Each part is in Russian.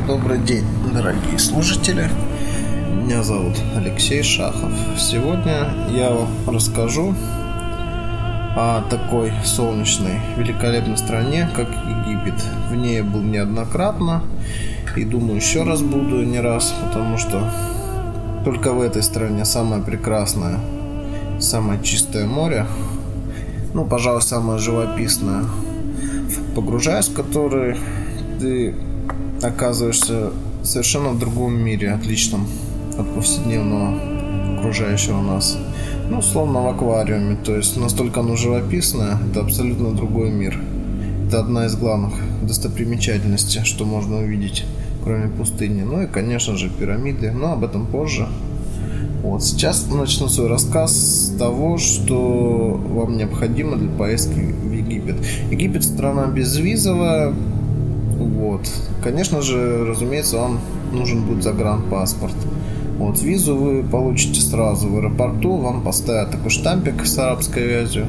Добрый день, дорогие слушатели. Меня зовут Алексей Шахов. Сегодня я вам расскажу о такой солнечной, великолепной стране, как Египет. В ней я был неоднократно и думаю, еще раз буду не раз, потому что только в этой стране самое прекрасное, самое чистое море, пожалуй, самое живописное, погружаясь в который ты оказываешься совершенно в другом мире, отличном от повседневного окружающего нас. Словно в аквариуме, то есть настолько оно живописное, это абсолютно другой мир. Это одна из главных достопримечательностей, что можно увидеть, кроме пустыни. И, конечно же, пирамиды, но об этом позже. Сейчас начну свой рассказ с того, что вам необходимо для поездки в Египет. Египет страна безвизовая. Конечно же, разумеется, вам нужен будет загранпаспорт. Визу вы получите сразу в аэропорту, вам поставят такой штампик с арабской вязью,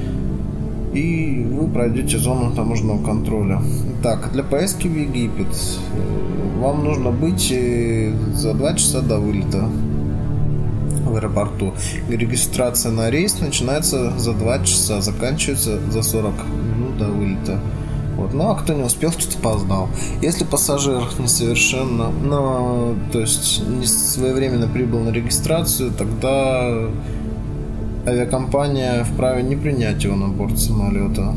и вы пройдете зону таможенного контроля. Так, для поездки в Египет вам нужно быть за 2 часа до вылета в аэропорту. Регистрация на рейс начинается за 2 часа, заканчивается за 40 минут до вылета. А кто не успел, тот опоздал. Если пассажир несовершенно, то есть не своевременно прибыл на регистрацию, тогда авиакомпания вправе не принять его на борт самолета.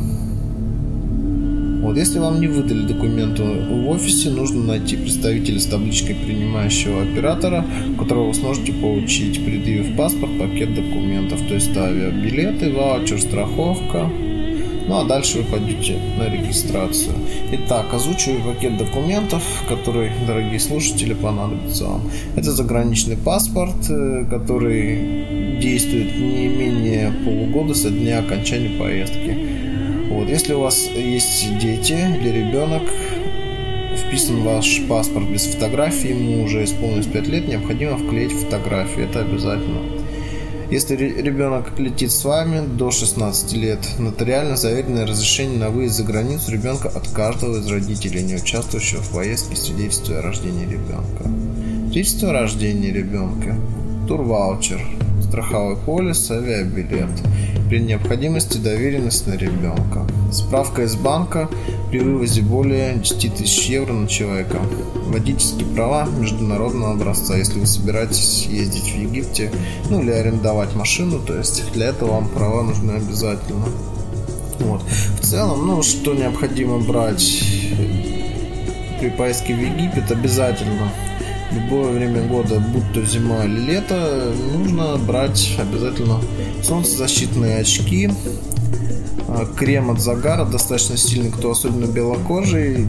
Если вам не выдали документы в офисе, нужно найти представителя с табличкой принимающего оператора, у которого вы сможете получить, предъявив паспорт, пакет документов, то есть авиабилеты, ваучер, страховка. А дальше вы пойдете на регистрацию. Итак, озвучиваю пакет документов, который, дорогие слушатели, понадобится вам. Это заграничный паспорт, который действует не менее полугода со дня окончания поездки. Если у вас есть дети или ребенок, вписан в ваш паспорт без фотографии, ему уже исполнилось 5 лет, необходимо вклеить фотографию. Это обязательно. Если ребенок летит с вами до 16 лет, нотариально заверенное разрешение на выезд за границу ребенка от каждого из родителей, не участвующего в поездке, свидетельство о рождении ребенка. Свидетельство о рождении ребенка, турваучер, страховой полис, авиабилет. При необходимости доверенность на ребенка. Справка из банка при вывозе более 10 тысяч евро на человека. Водительские права международного образца, если вы собираетесь ездить в Египте, или арендовать машину, то есть для этого вам права нужны обязательно. В целом, что необходимо брать при поездке в Египет обязательно. В любое время года, будь то зима или лето, нужно брать обязательно солнцезащитные очки, крем от загара, достаточно сильный, кто особенно белокожий.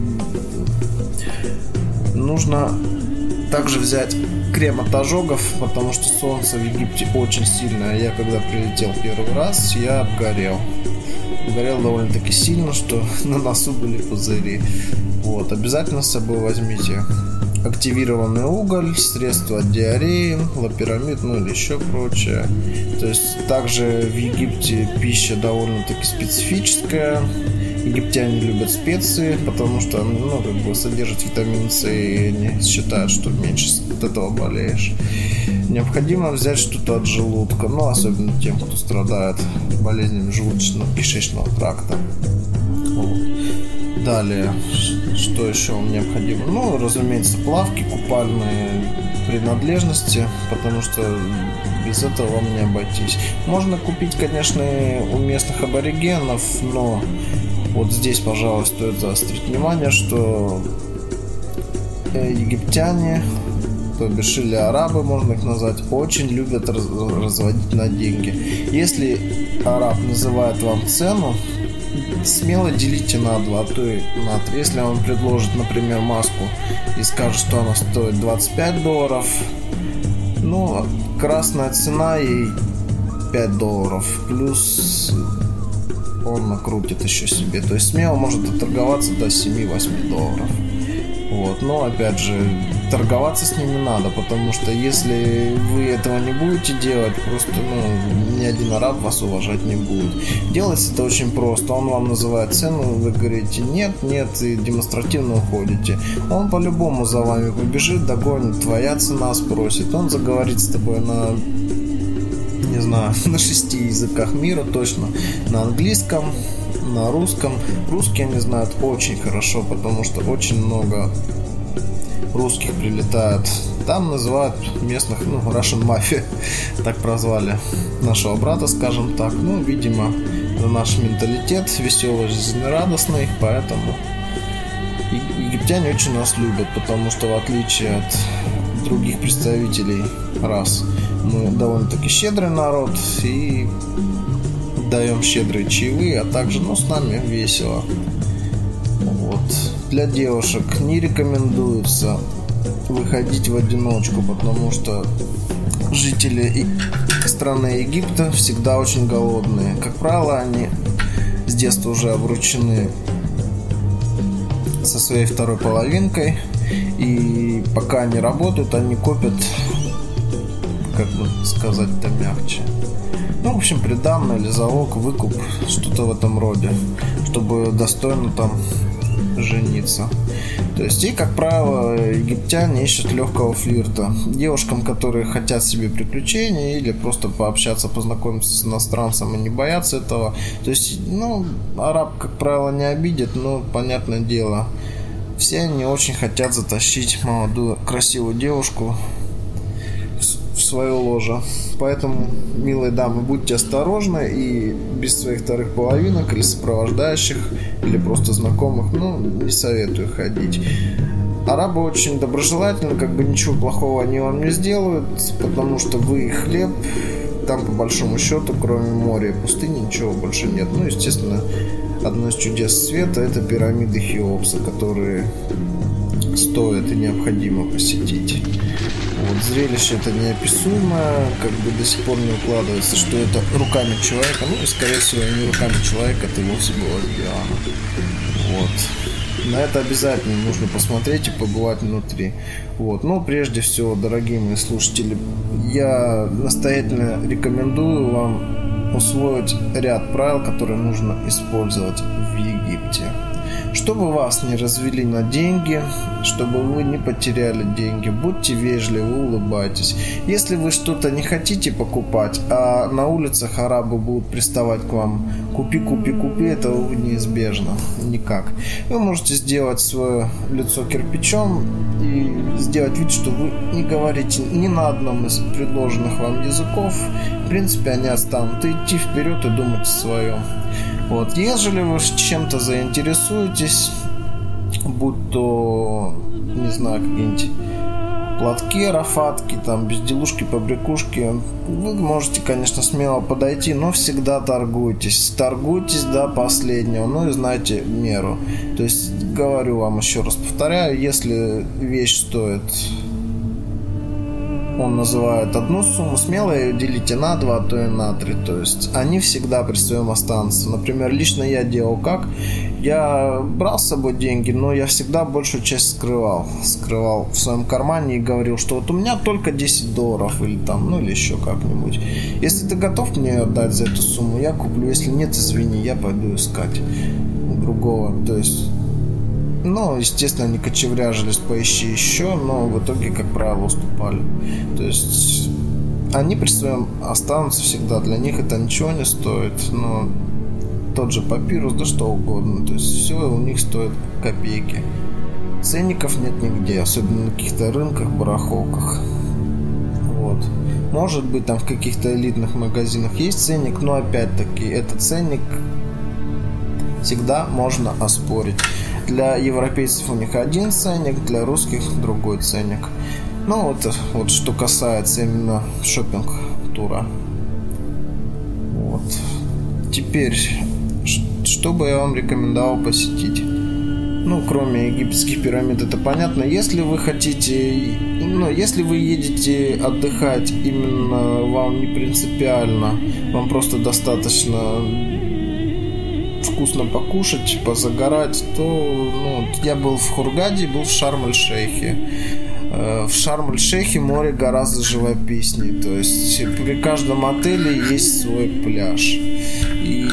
Нужно также взять крем от ожогов, потому что солнце в Египте очень сильное. Я когда прилетел первый раз, я обгорел. Горел довольно-таки сильно, что на носу были пузыри. Обязательно с собой возьмите активированный уголь, средства от диареи, лопирамид, или еще прочее. То есть также в Египте пища довольно-таки специфическая. Египтяне любят специи, потому что содержит витамин С, и они считают, что меньше от этого болеешь. Необходимо взять что-то от желудка, особенно тем, кто страдает болезнями желудочно-кишечного тракта. Далее, что еще вам необходимо? Разумеется, плавки, купальные принадлежности, потому что без этого вам не обойтись. Можно купить, конечно, у местных аборигенов, но здесь, пожалуй, стоит заострить внимание, что египтяне, то бишь или арабы, можно их назвать, очень любят разводить на деньги. Если араб называет вам цену, смело делите на 2, а то и на 3. Если он предложит, например, маску и скажет, что она стоит $25, красная цена ей $5, плюс он накрутит еще себе. То есть смело может отторговаться до $7-8. Но опять же, торговаться с ними надо, потому что если вы этого не будете делать, просто ни один араб вас уважать не будет. Делается это очень просто. Он вам называет цену, вы говорите нет, и демонстративно уходите. Он по-любому за вами побежит, догонит, твоя цена спросит. Он заговорит с тобой на 6 языках мира точно. На английском, на русском. Русский они знают очень хорошо, потому что очень много русских прилетает. Там называют местных, Russian Mafia, так прозвали нашего брата, скажем так. Видимо, это наш менталитет, веселый, жизнерадостный, поэтому египтяне очень нас любят, потому что в отличие от других представителей рас, мы довольно-таки щедрый народ и даем щедрые чаевые, а также, с нами весело. Для девушек не рекомендуется выходить в одиночку, потому что жители страны Египта всегда очень голодные. Как правило, они с детства уже обручены со своей второй половинкой, и пока они работают, они копят, как бы сказать-то мягче, в общем, приданое или залог, выкуп, что-то в этом роде, чтобы достойно там жениться. То есть, и, как правило, египтяне ищут легкого флирта. Девушкам, которые хотят себе приключений или просто пообщаться, познакомиться с иностранцем и не боятся этого. То есть, араб, как правило, не обидит, но, понятное дело, все они очень хотят затащить молодую, красивую девушку в свое ложе. Поэтому, милые дамы, будьте осторожны и без своих вторых половинок или сопровождающих, или просто знакомых, не советую ходить. Арабы очень доброжелательны, ничего плохого они вам не сделают, потому что вы их хлеб. Там, по большому счету, кроме моря и пустыни, ничего больше нет. Естественно, одно из чудес света — это пирамиды Хеопса, которые стоит и необходимо посетить. Зрелище это неописуемое, до сих пор не укладывается, что это руками человека, и скорее всего не руками человека, это вовсе было Диана. На это обязательно нужно посмотреть и побывать внутри. Но прежде всего, дорогие мои слушатели, я настоятельно рекомендую вам усвоить ряд правил, которые нужно использовать в Египте. Чтобы вас не развели на деньги, чтобы вы не потеряли деньги, будьте вежливы, улыбайтесь. Если вы что-то не хотите покупать, а на улицах арабы будут приставать к вам: купи, купи, купи, это неизбежно, никак. Вы можете сделать свое лицо кирпичом и сделать вид, что вы не говорите ни на одном из предложенных вам языков. В принципе, они останут идти вперед и думать о своем. Ежели вы чем-то заинтересуетесь, будь то, какие-нибудь платки, арафатки, безделушки, побрякушки, вы можете, конечно, смело подойти, но всегда торгуйтесь. Торгуйтесь до последнего, и знайте меру. То есть, говорю вам, еще раз повторяю, если вещь стоит, он называет одну сумму, смело ее делите на 2, а то и на 3. То есть они всегда при своем останутся. Например, лично я делал как? Я брал с собой деньги, но я всегда большую часть скрывал. Скрывал в своем кармане и говорил, что у меня только $10 или или еще как-нибудь. Если ты готов мне отдать за эту сумму, я куплю. Если нет, извини, я пойду искать другого. То есть... естественно, они кочевряжились, поищи еще, но в итоге, как правило, уступали. То есть они при своем останутся всегда. Для них это ничего не стоит. Тот же папирус, да что угодно. То есть все у них стоит копейки. Ценников нет нигде, особенно на каких-то рынках, барахолках. Может быть, там в каких-то элитных магазинах есть ценник, но опять-таки этот ценник всегда можно оспорить. Для европейцев у них один ценник, для русских другой ценник. Что касается именно шопинг-тура. Теперь, что бы я вам рекомендовал посетить? Кроме египетских пирамид, это понятно. Если вы хотите, если вы едете отдыхать, именно вам не принципиально, вам просто достаточно вкусно покушать, позагорать, то я был в Хургаде, был в Шарм-эль-Шейхе. В Шарм-эль-Шейхе море гораздо живописнее. То есть при каждом отеле есть свой пляж. И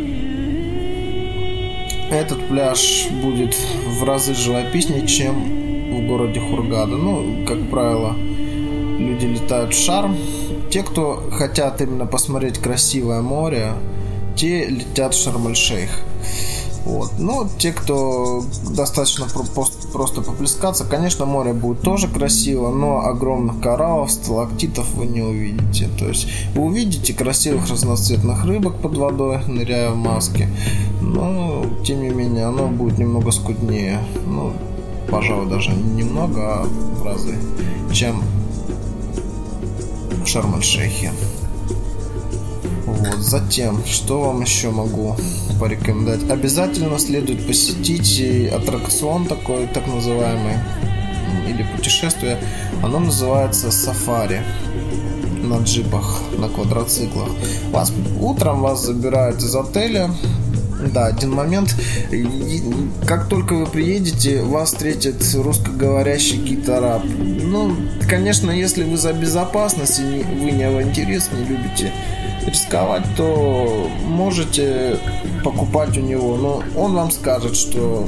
этот пляж будет в разы живописнее, чем в городе Хургада. Ну, как правило, люди летают в Шарм. Те, кто хотят именно посмотреть красивое море, те летят в Шарм-эль-Шейх. Вот. Но те, кто достаточно просто поплескаться, конечно, море будет тоже красиво, но огромных кораллов, сталактитов вы не увидите. То есть вы увидите красивых разноцветных рыбок под водой, ныряя в маске, но тем не менее оно будет немного скуднее. Ну, пожалуй, даже не немного, а в разы, чем в Шарм-эль-Шейхе. Вот. Затем, что вам еще могу порекомендовать? Обязательно следует посетить аттракцион такой, так называемый, или путешествие. Оно называется сафари на джипах, на квадроциклах. Утром вас забирают из отеля. Да, один момент. Как только вы приедете, вас встретит русскоговорящий гид-араб. Ну, конечно, если вы за безопасность и вы не авантюрист, не любите рисковать, то можете покупать у него. Но он вам скажет, что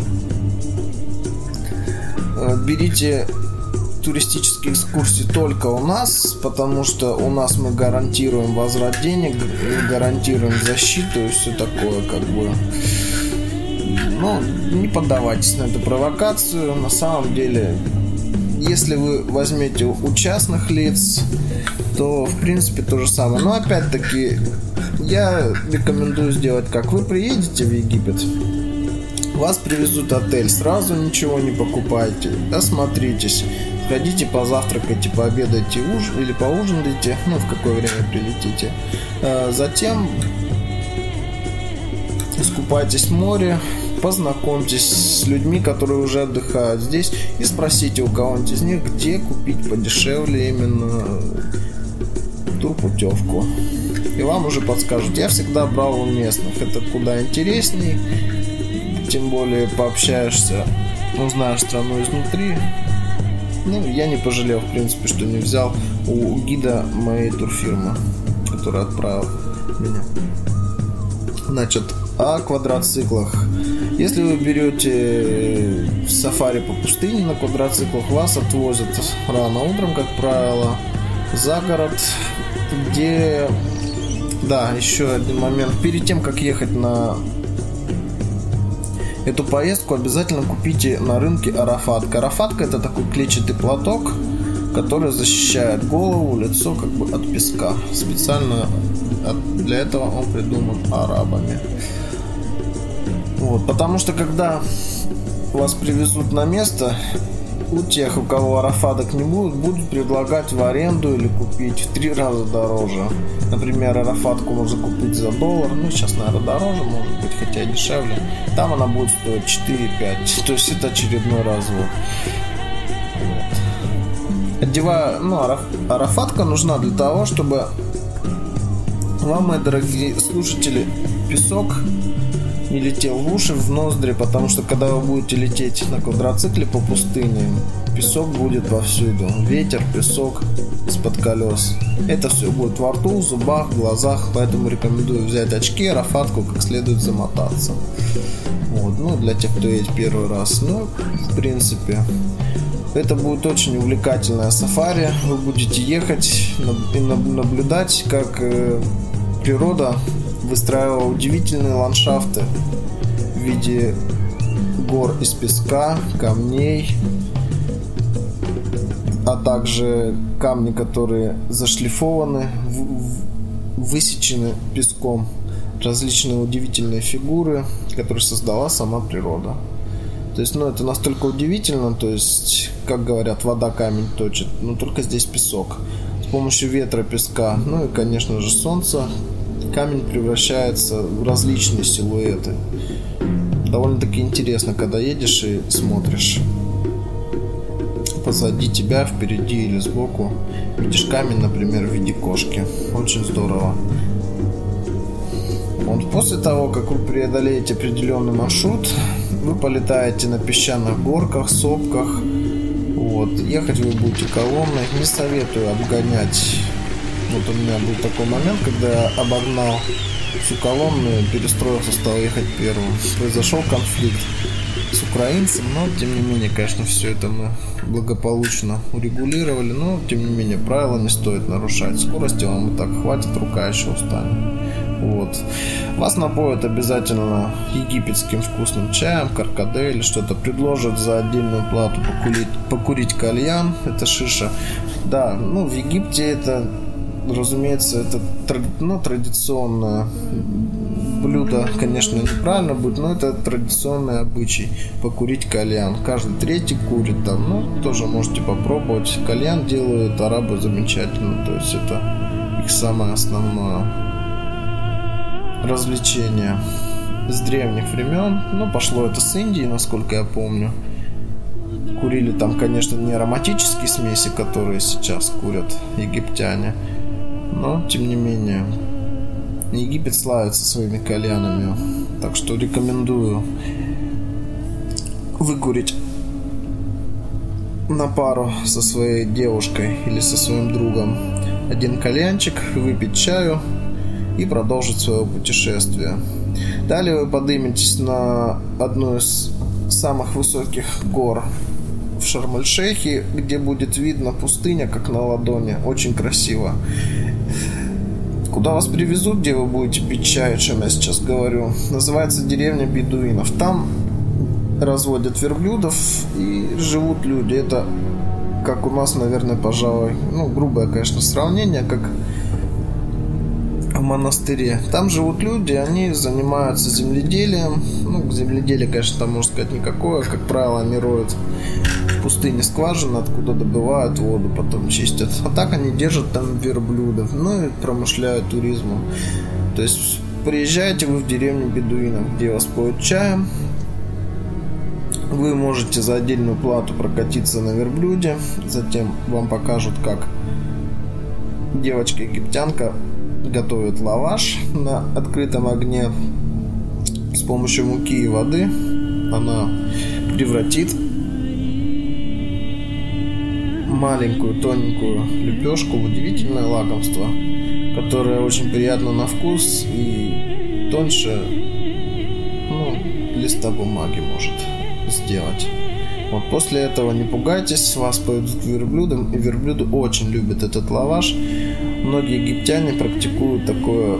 берите туристические экскурсии только у нас, потому что у нас мы гарантируем возврат денег, гарантируем защиту и все такое, как бы. Ну, не поддавайтесь на эту провокацию. На самом деле, если вы возьмете у частных лиц, то в принципе то же самое. Но опять-таки я рекомендую сделать как: вы приедете в Египет, вас привезут в отель, сразу ничего не покупайте, осмотритесь, сходите позавтракайте, пообедайте или поужинайте, ну в какое время прилетите. Затем искупайтесь в море, познакомьтесь с людьми, которые уже отдыхают здесь, и спросите у кого-нибудь из них, где купить подешевле именно турпутевку. И вам уже подскажут. Я всегда брал у местных. Это куда интересней. Тем более пообщаешься, узнаешь страну изнутри. Ну, я не пожалел, в принципе, что не взял у гида моей турфирмы, который отправил меня. Значит, о квадроциклах. Если вы берете сафари по пустыне на квадроциклах, вас отвозят рано утром, как правило, за город, где... Да, еще один момент. Перед тем, как ехать на эту поездку, обязательно купите на рынке арафатка. Арафатка — это такой клетчатый платок, который защищает голову, лицо как бы от песка. Специально для этого он придуман арабами. Вот, потому что когда вас привезут на место, у тех, у кого арафаток не будет, будут предлагать в аренду или купить в 3 раза дороже. Например, арафатку можно купить за $1, ну сейчас, наверное, дороже, может быть, хотя и дешевле. Там она будет стоить 4-5, то есть это очередной развод. Вот. Арафатка нужна для того, чтобы вам, мои дорогие слушатели, песок не летел в уши, в ноздри, потому что когда вы будете лететь на квадроцикле по пустыне, песок будет повсюду. Ветер, песок из-под колес. Это все будет во рту, зубах, глазах, поэтому рекомендую взять очки, арафатку, как следует замотаться. Вот. Ну, для тех, кто едет первый раз. Ну, в принципе, это будет очень увлекательное сафари. Вы будете ехать и наблюдать, как природа выстраивала удивительные ландшафты в виде гор из песка, камней, а также камни, которые зашлифованы, высечены песком, различные удивительные фигуры, которые создала сама природа. То есть, ну, это настолько удивительно, то есть, как говорят, вода камень точит, но только здесь песок. С помощью ветра, песка, ну и, конечно же, солнца, камень превращается в различные силуэты. Довольно-таки интересно, когда едешь и смотришь. Позади тебя, впереди или сбоку видишь камень, например, в виде кошки. Очень здорово. Вот после того, как вы преодолеете определенный маршрут, вы полетаете на песчаных горках, сопках. Вот. Ехать вы будете колонной. Не советую обгонять. Вот у меня был такой момент, когда я обогнал всю колонну, перестроился, стал ехать первым. Произошел конфликт с украинцем, но тем не менее, конечно, все это мы благополучно урегулировали, но тем не менее правила не стоит нарушать. Скорости вам и так хватит, рука еще устанет. Вот. Вас напоят обязательно египетским вкусным чаем, каркаде или что-то, предложат за отдельную плату покурить кальян, это шиша. Да, ну в Египте это, разумеется, это традиционное блюдо, конечно, неправильно будет, но это традиционный обычай покурить кальян. Каждый третий курит там, ну тоже можете попробовать. Кальян делают арабы замечательно, то есть это их самое основное развлечение с древних времен. Но пошло это с Индии, насколько я помню. Курили там, конечно, не ароматические смеси, которые сейчас курят египтяне, но тем не менее Египет славится своими кальянами, так что рекомендую выкурить на пару со своей девушкой или со своим другом один кальянчик, выпить чаю и продолжить свое путешествие. Далее вы подниметесь на одну из самых высоких гор в Шарм-эль-Шейхе, где будет видно пустыня как на ладони, очень красиво. Куда вас привезут, где вы будете пить чай, о чем я сейчас говорю, называется деревня бедуинов. Там разводят верблюдов и живут люди. Это как у нас, наверное, пожалуй, грубое, конечно, сравнение, как в монастыре. Там живут люди, они занимаются земледелием. Земледелие, конечно, там, можно сказать, никакое. Как правило, они роют в пустыне скважины, откуда добывают воду, потом чистят. А так они держат там верблюдов, и промышляют туризмом. То есть приезжаете вы в деревню бедуинов, где вас поют чаем. Вы можете за отдельную плату прокатиться на верблюде. Затем вам покажут, как девочка-египтянка готовит лаваш на открытом огне с помощью муки и воды. Она превратит маленькую тоненькую лепешку в удивительное лакомство, которое очень приятно на вкус и тоньше листа бумаги может сделать. Вот после этого не пугайтесь, вас поведут к верблюдам, и верблюды очень любят этот лаваш. Многие египтяне практикуют такое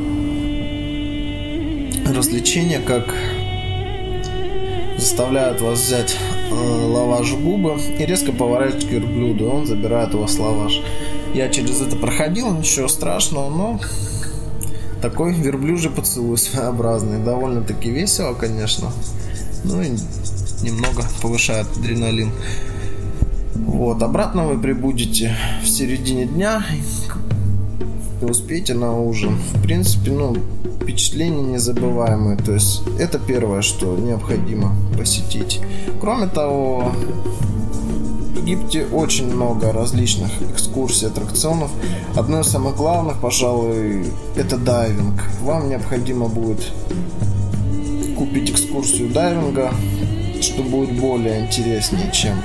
развлечение, как заставляют вас взять лаваш в губы и резко поворачивать к верблюду, он забирает у вас лаваш. Я через это проходил, ничего страшного, но такой верблюжий поцелуй своеобразный, довольно-таки весело, конечно, и немного повышает адреналин. Вот, обратно вы прибудете в середине дня и успеете на ужин. В принципе, впечатления незабываемые. То есть это первое, что необходимо посетить. Кроме того, в Египте очень много различных экскурсий, аттракционов. Одно из самых главных, пожалуй, это дайвинг. Вам необходимо будет купить экскурсию дайвинга, что будет более интереснее, чем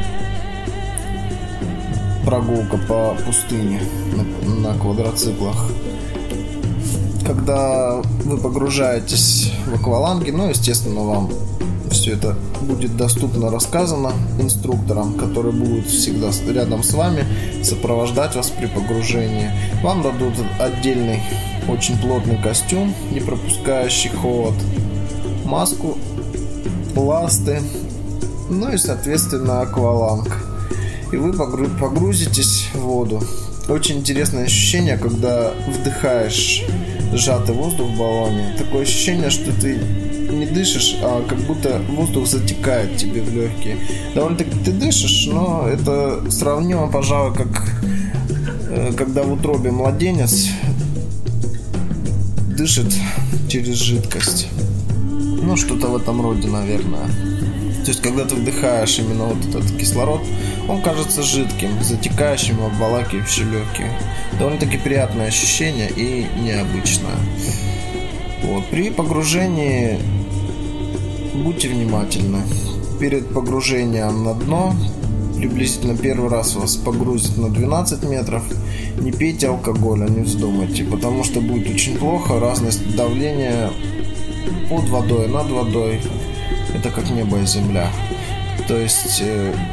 прогулка по пустыне на квадроциклах. Когда вы погружаетесь в акваланги, естественно, вам все это будет доступно рассказано инструкторам, которые будут всегда рядом с вами, сопровождать вас при погружении. Вам дадут отдельный, очень плотный костюм, не пропускающий холод, маску, ласты, и, соответственно, акваланг. И вы погрузитесь в воду. Очень интересное ощущение, когда вдыхаешь сжатый воздух в баллоне. Такое ощущение, что ты не дышишь, а как будто воздух затекает тебе в легкие. Довольно-таки ты дышишь, но это сравнимо, пожалуй, как когда в утробе младенец дышит через жидкость. Что-то в этом роде, наверное. То есть, когда ты вдыхаешь именно вот этот кислород, он кажется жидким, затекающим, обволакивающим легкие. Довольно-таки приятное ощущение и необычное. Вот. При погружении будьте внимательны. Перед погружением на дно приблизительно первый раз вас погрузит на 12 метров, не пейте алкоголя, не вздумайте, потому что будет очень плохо. Разность давления под водой, над водой — это как небо и земля. То есть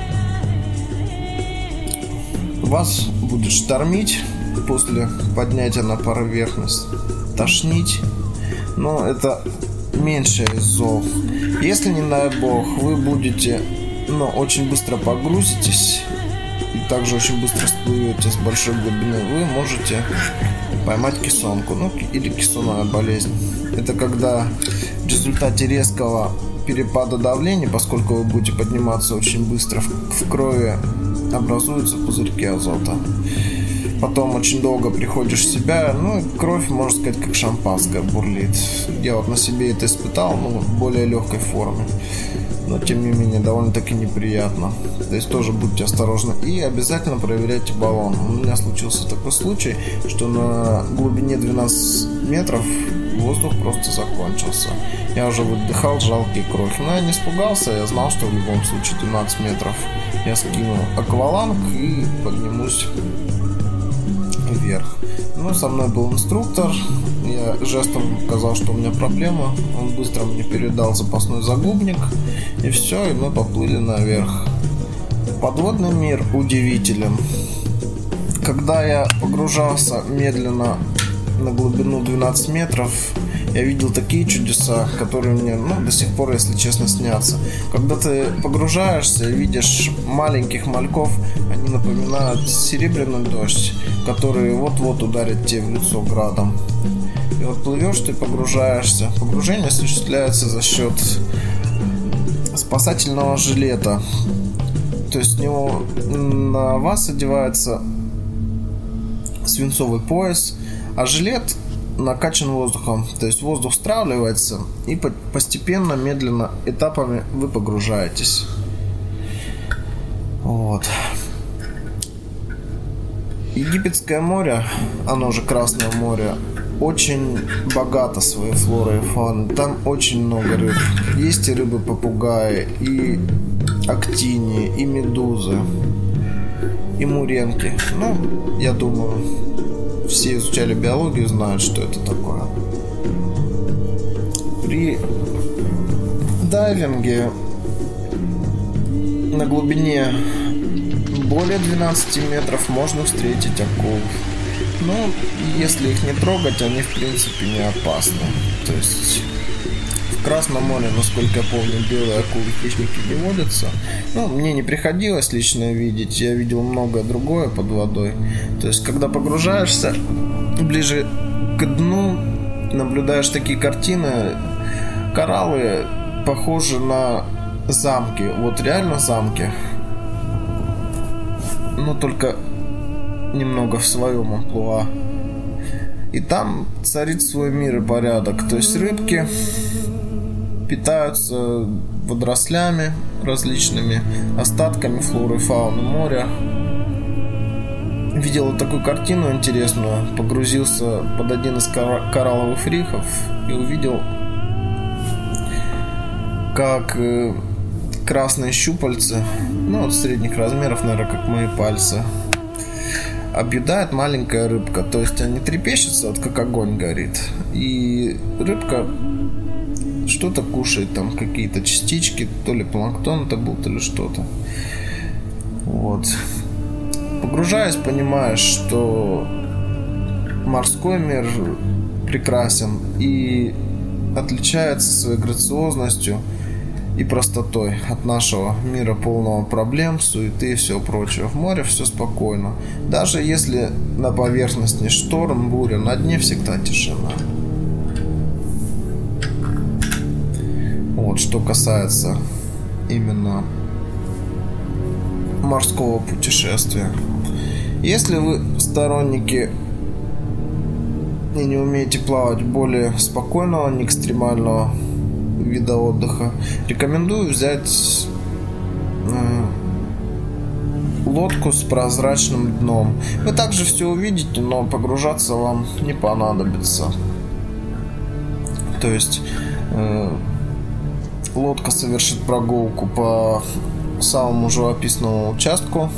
вас будет штормить после поднятия на поверхность, тошнить, но это меньше из зол. Если, не дай бог, вы будете, очень быстро погрузитесь и также очень быстро всплывете с большой глубины, вы можете поймать кессонку, или кессонная болезнь. Это когда в результате резкого перепада давления, поскольку вы будете подниматься очень быстро, в крови образуются пузырьки азота. Потом очень долго приходишь в себя, кровь, можно сказать, как шампанское бурлит. Я вот на себе это испытал, в более легкой форме. Но, тем не менее, довольно-таки неприятно. То есть тоже будьте осторожны. И обязательно проверяйте баллон. У меня случился такой случай, что на глубине 12 метров воздух просто закончился. Я уже выдыхал жалкий кровь. Но я не испугался, я знал, что в любом случае 12 метров я скину акваланг и поднимусь вверх. Со мной был инструктор. Я жестом сказал, что у меня проблема. Он быстро мне передал запасной загубник. И все, и мы поплыли наверх. Подводный мир удивителен. Когда я погружался медленно на глубину 12 метров, я видел такие чудеса, которые мне до сих пор, если честно, снятся. Когда ты погружаешься и видишь маленьких мальков, они напоминают серебряный дождь, который вот-вот ударит тебе в лицо градом. И вот плывешь ты, погружаешься. Погружение осуществляется за счет спасательного жилета. То есть с него на вас одевается свинцовый пояс, а жилет накачан воздухом. То есть воздух стравливается, и постепенно, медленно, этапами вы погружаетесь. Вот. Египетское море, оно же Красное море, очень богато своей флорой и фауной. Там очень много рыб. Есть и рыбы-попугаи, и актинии, и медузы, и муренки. Я думаю, все изучали биологию, знают, что это такое. При дайвинге на глубине более 12 метров можно встретить акул. Если их не трогать, они в принципе не опасны. То есть в Красном море, насколько я помню, белые акулы хищники не водятся. Мне не приходилось лично видеть. Я видел многое другое под водой. То есть когда погружаешься ближе к дну, наблюдаешь такие картины. Кораллы похожи на замки. Вот реально замки. Только немного в своем амплуа. И там царит свой мир и порядок. То есть рыбки питаются водорослями различными, остатками флоры и фауны моря. Видел такую картину интересную. Погрузился под один из коралловых рифов и увидел, как красные щупальца, средних размеров, наверное, как мои пальцы, объедает маленькая рыбка. То есть они трепещутся, как огонь горит. И рыбка что-то кушает, там какие-то частички, то ли планктон это был, то ли что-то. Вот. Погружаясь, понимаешь, что морской мир прекрасен и отличается своей грациозностью и простотой от нашего мира, полного проблем, суеты и всего прочего. В море все спокойно. Даже если на поверхности шторм, буря, на дне всегда тишина. Вот что касается именно морского путешествия. Если вы сторонники и не умеете плавать, более спокойного, не экстремального вида отдыха, рекомендую взять лодку с прозрачным дном. Вы также все увидите, но погружаться вам не понадобится. То есть лодка совершит прогулку по самому живописному участку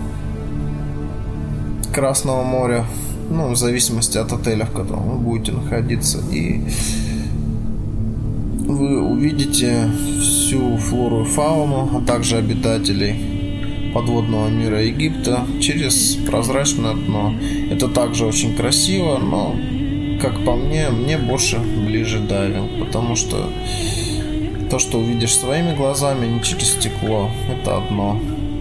Красного моря, ну, в зависимости от отеля, в котором вы будете находиться, и вы увидите всю флору и фауну, а также обитателей подводного мира Египта через прозрачное дно. Это также очень красиво, но, как по мне больше ближе дайвинг, потому что то, что увидишь своими глазами, не через стекло, это одно.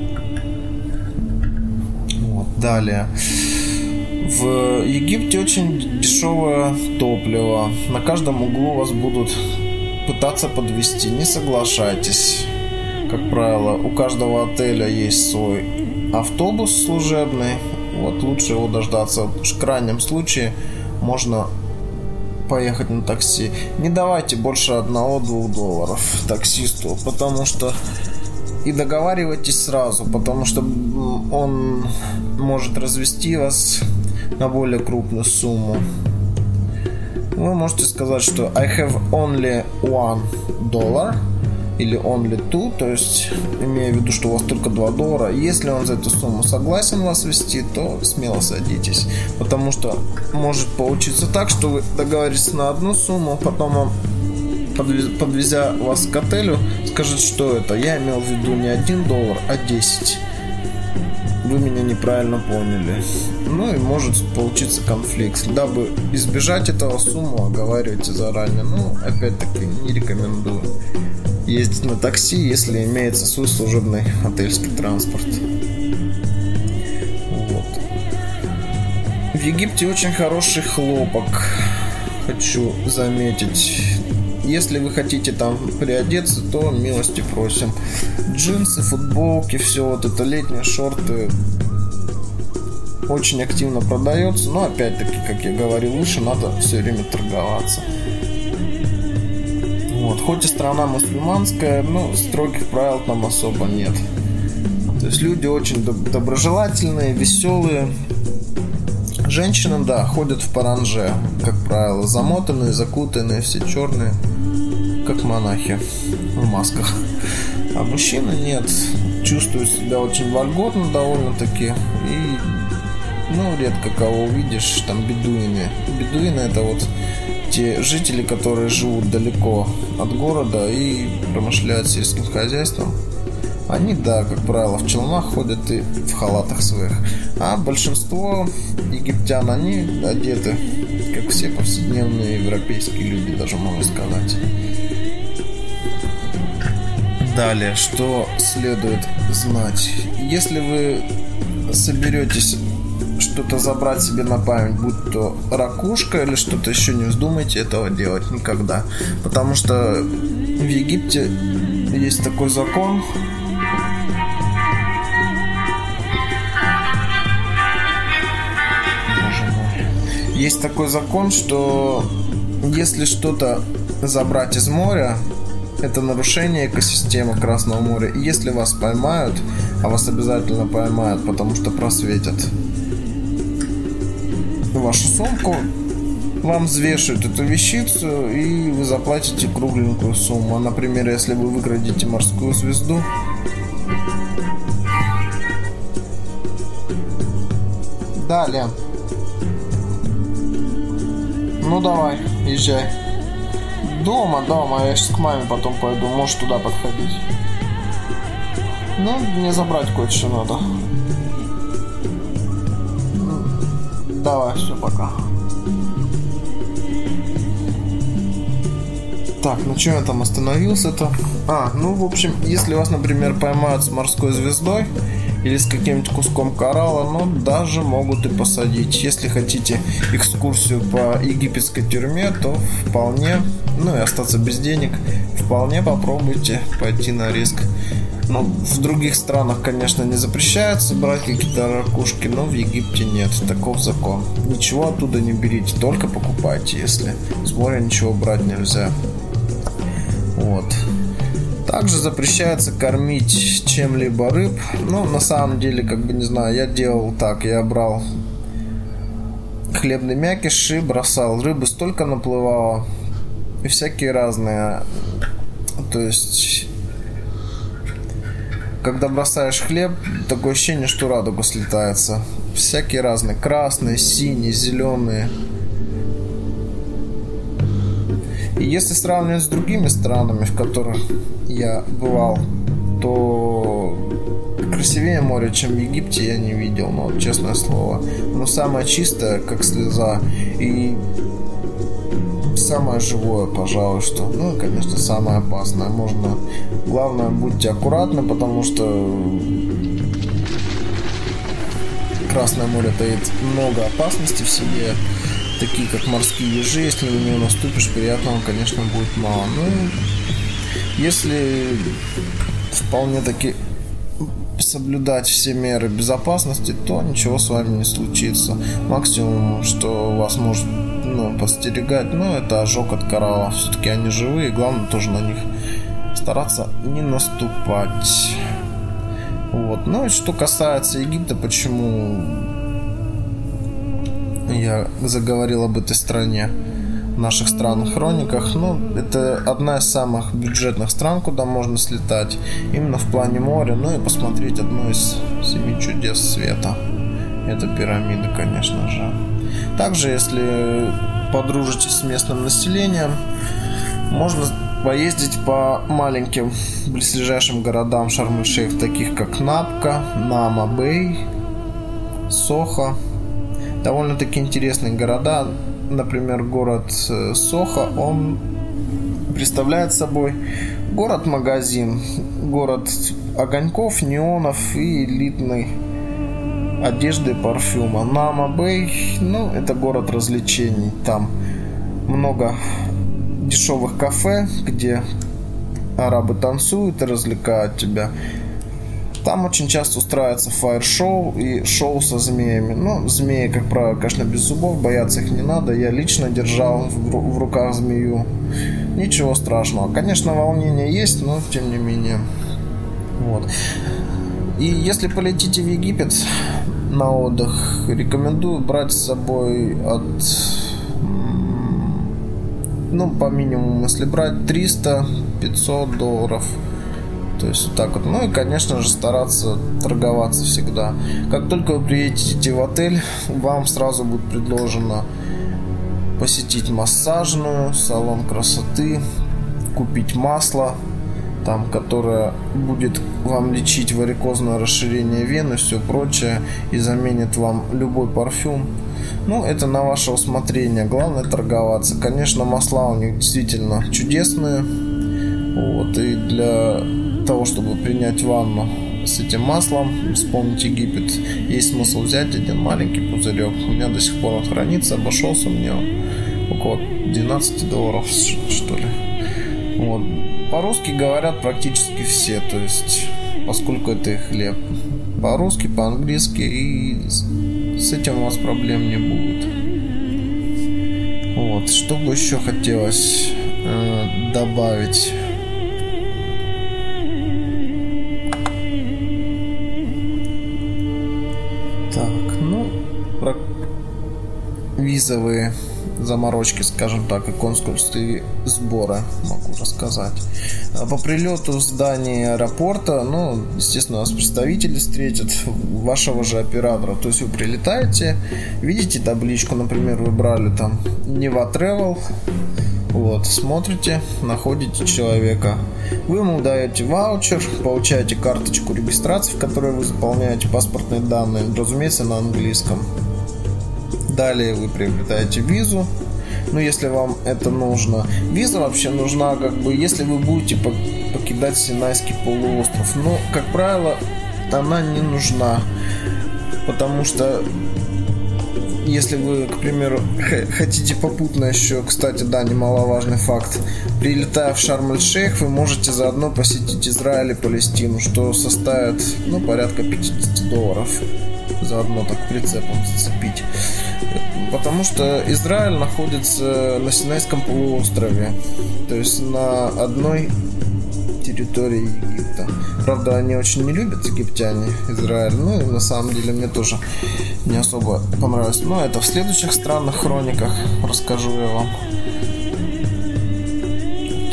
Вот. Далее. В Египте очень дешевое топливо. На каждом углу вас будут пытаться подвести. Не соглашайтесь. Как правило, у каждого отеля есть свой автобус служебный. Вот лучше его дождаться. В крайнем случае можно поехать на такси. Не давайте больше $1-2 таксисту, потому что и договаривайтесь сразу, потому что он может развести вас на более крупную сумму. Вы можете сказать, что I have only $1 или only two, то есть имея в виду, что у вас только $2. Если он за эту сумму согласен вас вести, то смело садитесь, потому что может получиться так, что вы договоритесь на одну сумму, потом он, подвезя вас к отелю, скажет, что это я имел в виду не $1, а 10. Вы меня неправильно поняли. Ну и может получиться конфликт. Дабы избежать этого, сумму оговаривайте заранее. Ну, опять-таки, не рекомендую ездить на такси, если имеется свой служебный отельский транспорт. Вот. В Египте очень хороший хлопок, хочу заметить. Если вы хотите там приодеться, то милости просим. Джинсы, футболки, все вот это, летние шорты очень активно продается. Но опять-таки, как я говорил выше, надо все время торговаться. Вот. Хоть и страна мусульманская, но строгих правил там особо нет. То есть люди очень доброжелательные, веселые. Женщины, да, ходят в паранже, как правило, замотанные, закутанные, все черные, как монахи в масках. А мужчины нет, чувствуют себя очень вольготно довольно-таки. И, ну, редко кого увидишь, там бедуины. Бедуины — это вот те жители, которые живут далеко от города и промышляют сельским хозяйством. Они, да, как правило, в челмах ходят и в халатах своих. А большинство египтян, они одеты, как все повседневные европейские люди, даже можно сказать. Далее, что следует знать. Если вы соберетесь что-то забрать себе на память, будь то ракушка или что-то еще, не вздумайте этого делать никогда. Потому что в Египте есть такой закон. Есть такой закон, что если что-то забрать из моря, это нарушение экосистемы Красного моря. И если вас поймают, а вас обязательно поймают, потому что просветят вашу сумку, вам взвешивают эту вещицу, и вы заплатите кругленькую сумму. Например, если вы выкрадете морскую звезду, далее. Ну давай, езжай. Дома, я сейчас к маме потом пойду. Можешь туда подходить. Ну, мне забрать кое-что надо. Давай, все, пока. Так, на чем я там остановился-то? Ну, в общем, если вас, например, поймают с морской звездой или с каким-нибудь куском коралла, ну, даже могут и посадить. Если хотите экскурсию по египетской тюрьме, то вполне, ну и остаться без денег, вполне попробуйте пойти на риск. Ну, в других странах, конечно, не запрещается брать какие-то ракушки, но в Египте нет, таков закон. Ничего оттуда не берите, только покупайте, если с моря ничего брать нельзя. Вот. Также запрещается кормить чем-либо рыб. Ну, на самом деле, как бы, не знаю, я делал так. Я брал хлебный мякиш и бросал. Рыбы столько наплывало. И всякие разные. То есть, когда бросаешь хлеб, такое ощущение, что радуга слетается. Всякие разные, красные, синие, зеленые. И если сравнивать с другими странами, в которых я бывал, то красивее море, чем в Египте, я не видел, ну, вот, честное слово. Но самое чистое, как слеза, и самое живое, пожалуй, что. Ну и, конечно, самое опасное. Главное, будьте аккуратны, потому что Красное море таит много опасностей в себе, такие как морские ежи. Если на него наступишь, приятного, конечно, будет мало. Ну, если вполне таки соблюдать все меры безопасности, то ничего с вами не случится. Максимум, что вас может подстерегать, это ожог от коралла. Все-таки они живые, главное тоже на них стараться не наступать. Вот. Ну и что касается Египта, почему я заговорил об этой стране в наших странных хрониках, это одна из самых бюджетных стран, куда можно слетать именно в плане моря, и посмотреть одно из 7 чудес света. Это пирамиды, конечно же. Также, если подружитесь с местным населением, можно поездить по маленьким близлежащим городам Шарм-эль-Шейх, таких как Напка, Наама-Бэй, Сохо. Довольно-таки интересные города. Например, город Сохо, он представляет собой город-магазин, город огоньков, неонов и элитной одежды и парфюма. Наама-Бэй, это город развлечений. Там много дешевых кафе, где арабы танцуют и развлекают тебя. Там очень часто устраивается фаер-шоу и шоу со змеями. Змеи, как правило, конечно, без зубов, бояться их не надо. Я лично держал в руках змею. Ничего страшного. Конечно, волнение есть, но тем не менее. Вот. И если полетите в Египет на отдых, рекомендую брать с собой по минимуму, если брать $300-500. То есть вот так вот. И, конечно же, стараться торговаться всегда. Как только вы приедете в отель, вам сразу будет предложено посетить массажную, салон красоты, купить масло, которое будет вам лечить варикозное расширение вен и все прочее, и заменит вам любой парфюм. Это на ваше усмотрение. Главное торговаться. Конечно, масла у них действительно чудесные. Вот. И для того, чтобы принять ванну с этим маслом, вспомнить Египет, есть смысл взять один маленький пузырек. У меня до сих пор он хранится. Обошелся мне около $12, что ли. Вот. По-русски говорят практически все. То есть, поскольку это и хлеб. По-русски, по-английски, и с этим у вас проблем не будет. Вот. Что бы еще хотелось добавить? Про визовые заморочки, скажем так, и консульские сборы могу рассказать. По прилету в здание аэропорта, естественно, вас представители встретят вашего же оператора. То есть вы прилетаете, видите табличку, например, вы брали там Neva Travel, вот, смотрите, находите человека, вы ему даете ваучер, получаете карточку регистрации, в которой вы заполняете паспортные данные, разумеется, на английском. Далее вы приобретаете визу, если вам это нужно. Виза вообще нужна, если вы будете покидать Синайский полуостров. Но, как правило, она не нужна, потому что если вы, к примеру, хотите попутно еще, кстати, немаловажный факт, прилетая в Шарм-эль-Шейх, вы можете заодно посетить Израиль и Палестину, что составит, порядка $50. Заодно так прицепом зацепить. Потому что Израиль находится на Синайском полуострове, то есть на одной территории Египта. Правда, они очень не любят, египтяне, Израиль. И на самом деле мне тоже не особо понравилось. Но это в следующих странных хрониках расскажу я вам.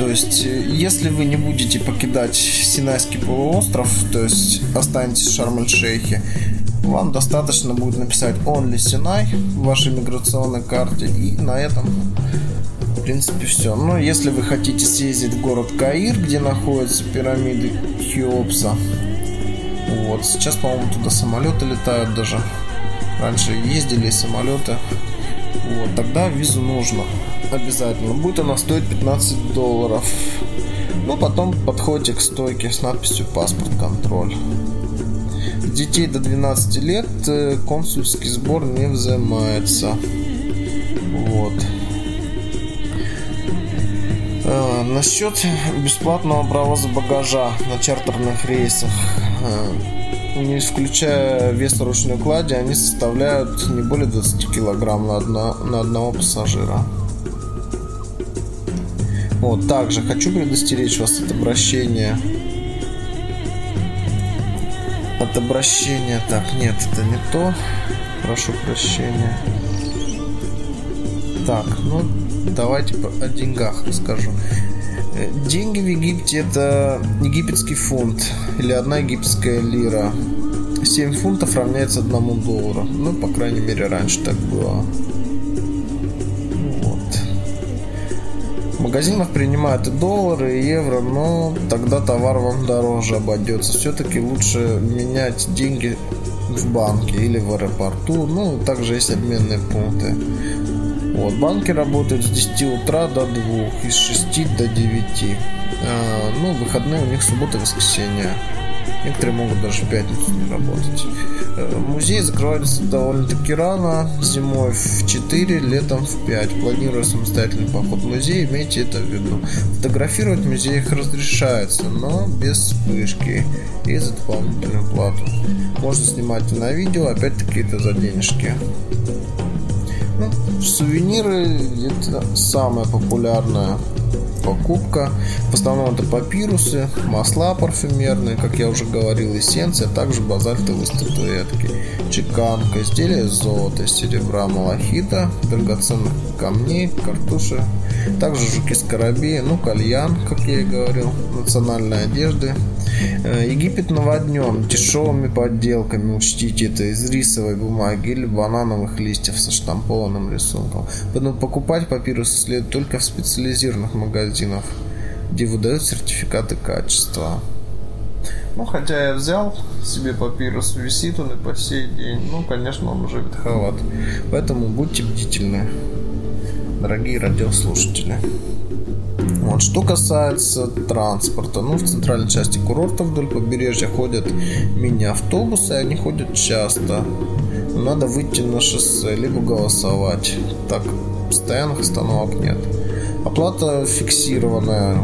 То есть, если вы не будете покидать Синайский полуостров, то есть останетесь в Шарм-эль-Шейхе, вам достаточно будет написать Only Sinai в вашей миграционной карте, и на этом, в принципе, все. Но если вы хотите съездить в город Каир, где находятся пирамиды Хеопса, вот, сейчас, по-моему, туда самолеты летают даже. Раньше ездили самолеты. Вот, тогда визу нужно обязательно. Будет она стоить $15. Ну, потом подходите к стойке с надписью «Паспорт контроль». Детей до 12 лет консульский сбор не взимается. Вот. Насчет бесплатного провоза багажа на чартерных рейсах, не включая вес ручной клади, они составляют не более 20 килограмм на одного пассажира. Вот, также хочу предостеречь вас от обращения. Так, нет, это не то. Прошу прощения. Так, ну давайте о деньгах расскажу. Деньги в Египте — это египетский фунт или 1 египетская лира. 7 фунтов равняется $1. Ну, по крайней мере, раньше так было. Вот. В магазинах принимают и доллары, и евро, но тогда товар вам дороже обойдется. Все-таки лучше менять деньги в банке или в аэропорту. Ну, также есть обменные пункты. Вот, банки работают с 10 утра до 2, и с 6 до 9. Ну, выходные у них суббота и воскресенье. Некоторые могут даже в пятницу не работать. Музеи закрываются довольно-таки рано. Зимой в 4, летом в 5. Планируя самостоятельный поход в музей, имейте это в виду. Фотографировать в музеях разрешается, но без вспышки и за дополнительную плату. Можно снимать и на видео, опять-таки это за денежки. Сувениры — это самая популярная покупка. В основном это папирусы, масла парфюмерные, как я уже говорил, эссенции, а также базальтовые статуэтки, чеканка, изделия из золота, серебра, малахита, драгоценных камней, картуши, также жуки-скоробеи, ну, кальян, как я и говорил, национальные одежды. Египет наводнен дешевыми подделками, учтите, это из рисовой бумаги или банановых листьев со штампованным рисунком. Поэтому покупать папирусы следует только в специализированных магазинах, где выдают сертификаты качества. Ну, хотя я взял себе папирус, висит он и по сей день. Ну, конечно, он уже ветховат. Поэтому будьте бдительны, дорогие радиослушатели. Вот, что касается транспорта, ну, в центральной части курорта вдоль побережья ходят мини-автобусы, они ходят часто. Надо выйти на шоссе, либо голосовать. Так, постоянных остановок нет. Оплата фиксированная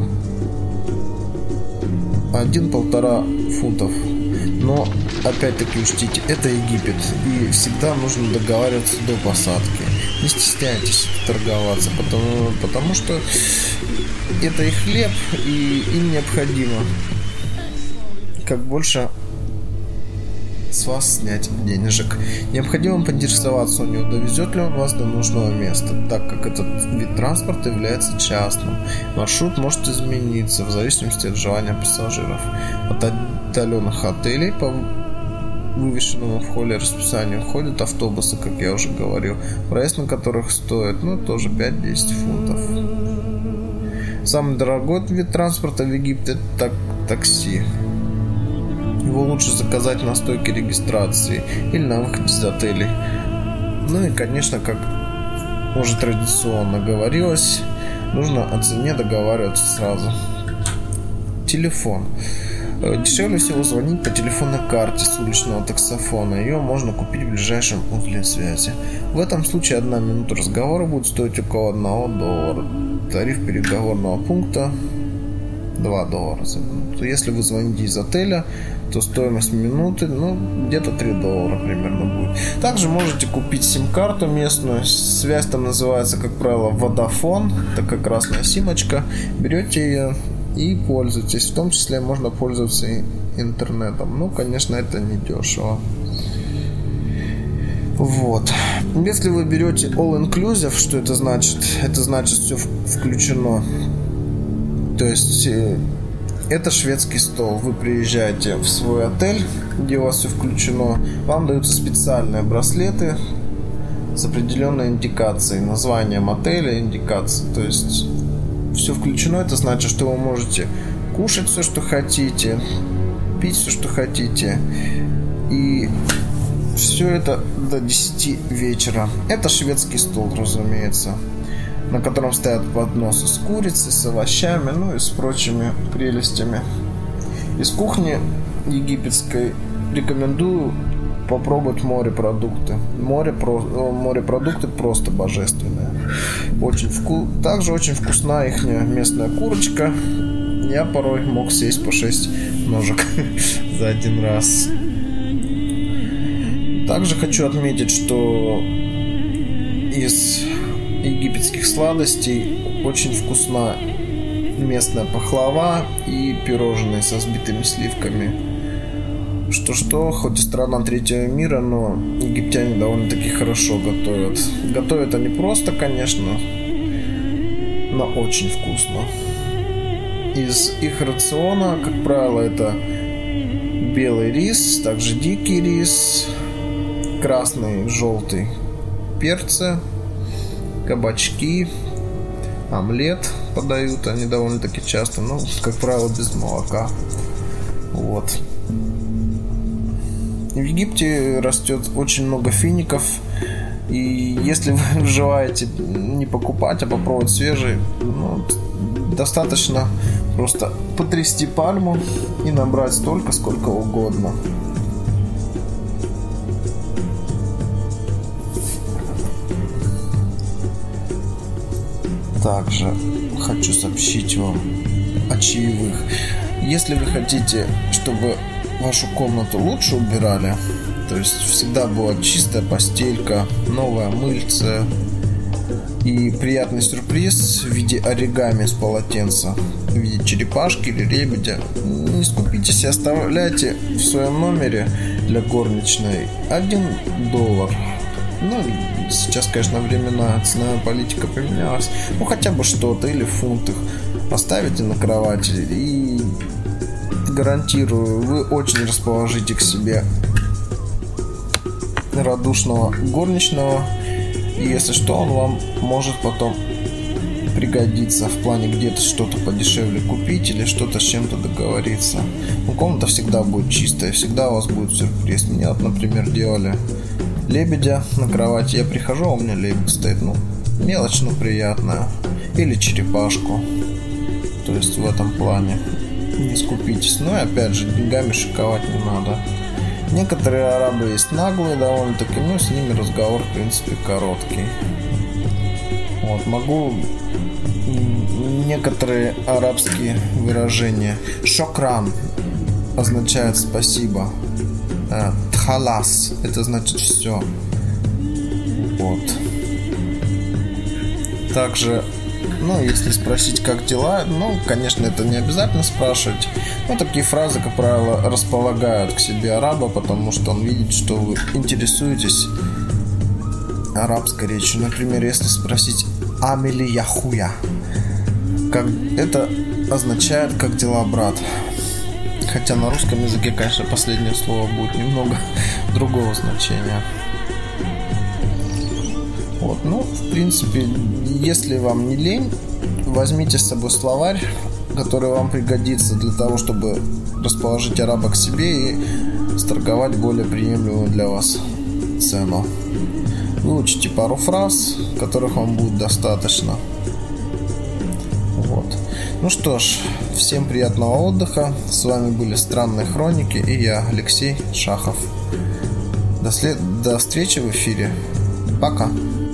1-1,5 фунтов. Но, опять-таки, учтите, это Египет, и всегда нужно договариваться до посадки. Не стесняйтесь торговаться, потому что это их хлеб, и им необходимо как больше с вас снять денежек. Необходимо поинтересоваться у него, довезет ли он вас до нужного места, так как этот вид транспорта является частным. Маршрут может измениться в зависимости от желания пассажиров. От отдаленных отелей по вывешенному в холле расписанию ходят автобусы, как я уже говорил, проезд на которых стоит, ну, тоже 5-10 фунтов. Самый дорогой вид транспорта в Египте — это такси. Его лучше заказать на стойке регистрации или на выходе из отелей. Ну и, конечно, как уже традиционно говорилось, нужно о цене договариваться сразу. Телефон. Дешевле всего звонить по телефонной карте с уличного таксофона. Ее можно купить в ближайшем узле связи. В этом случае 1 минута разговора будет стоить около $1. Тариф переговорного пункта $2 за минуту. Если вы звоните из отеля, то стоимость минуты, где-то $3 примерно будет. Также можете купить сим-карту местную. Связь там называется, как правило, Vodafone. Такая красная симочка. Берете ее и пользуйтесь. В том числе можно пользоваться и интернетом. Конечно, это не дешево. Вот. Если вы берете all-inclusive, что это значит? Это значит, все включено. То есть это шведский стол. Вы приезжаете в свой отель, где у вас все включено. Вам даются специальные браслеты с определенной индикацией, названием отеля, индикацией. То есть все включено. Это значит, что вы можете кушать все, что хотите, пить все, что хотите. И все это до 10 вечера. Это шведский стол, разумеется, на котором стоят подносы с курицей, с овощами, ну и с прочими прелестями. Из кухни египетской рекомендую попробовать морепродукты. Морепродукты просто божественные. Также очень вкусна их местная курочка. Я порой мог съесть по 6 ножек за один раз. Также хочу отметить, что из египетских сладостей очень вкусна местная пахлава и пирожные со взбитыми сливками. Что, хоть и страна третьего мира, но египтяне довольно-таки хорошо готовят. Готовят они просто, конечно, но очень вкусно. Из их рациона, как правило, это белый рис, также дикий рис, красный, желтый перцы, кабачки, омлет подают они довольно-таки часто, но, как правило, без молока. Вот. В Египте растет очень много фиников, и если вы желаете не покупать, а попробовать свежий, достаточно просто потрясти пальму и набрать столько, сколько угодно. Также хочу сообщить вам о чаевых. Если вы хотите, чтобы вашу комнату лучше убирали, то есть всегда была чистая постелька, новая мыльце и приятный сюрприз в виде оригами с полотенца, в виде черепашки или лебедя, не скупитесь и оставляйте в своем номере для горничной $1. Сейчас, конечно, времена, ценовая политика поменялась. Хотя бы что-то, или фунт их оставите на кровати, и гарантирую, вы очень расположите к себе радушного горничного. И если что, он вам может потом пригодиться в плане где-то что-то подешевле купить или что-то с чем-то договориться. Комната всегда будет чистая, всегда у вас будет сюрприз. Мне например, делали лебедя на кровати. Я прихожу, а у меня лебедь стоит. Мелочь, но приятная. Или черепашку. То есть в этом плане не скупитесь. И опять же, деньгами шиковать не надо. Некоторые арабы есть наглые довольно-таки, с ними разговор, в принципе, короткий. Могу некоторые арабские выражения. Шокран означает спасибо. Тхалас — это значит все. Также, если спросить, как дела, конечно, это не обязательно спрашивать. Такие фразы, как правило, располагают к себе араба, потому что он видит, что вы интересуетесь арабской речью. Например, если спросить «Амели яхуя», это означает «как дела, брат?». Хотя на русском языке, конечно, последнее слово будет немного другого значения. В принципе, если вам не лень, возьмите с собой словарь, который вам пригодится для того, чтобы расположить араба к себе и сторговать более приемлемую для вас цену. Выучите пару фраз, которых вам будет достаточно. Что ж, всем приятного отдыха. С вами были Странные Хроники и я, Алексей Шахов. До встречи в эфире. Пока.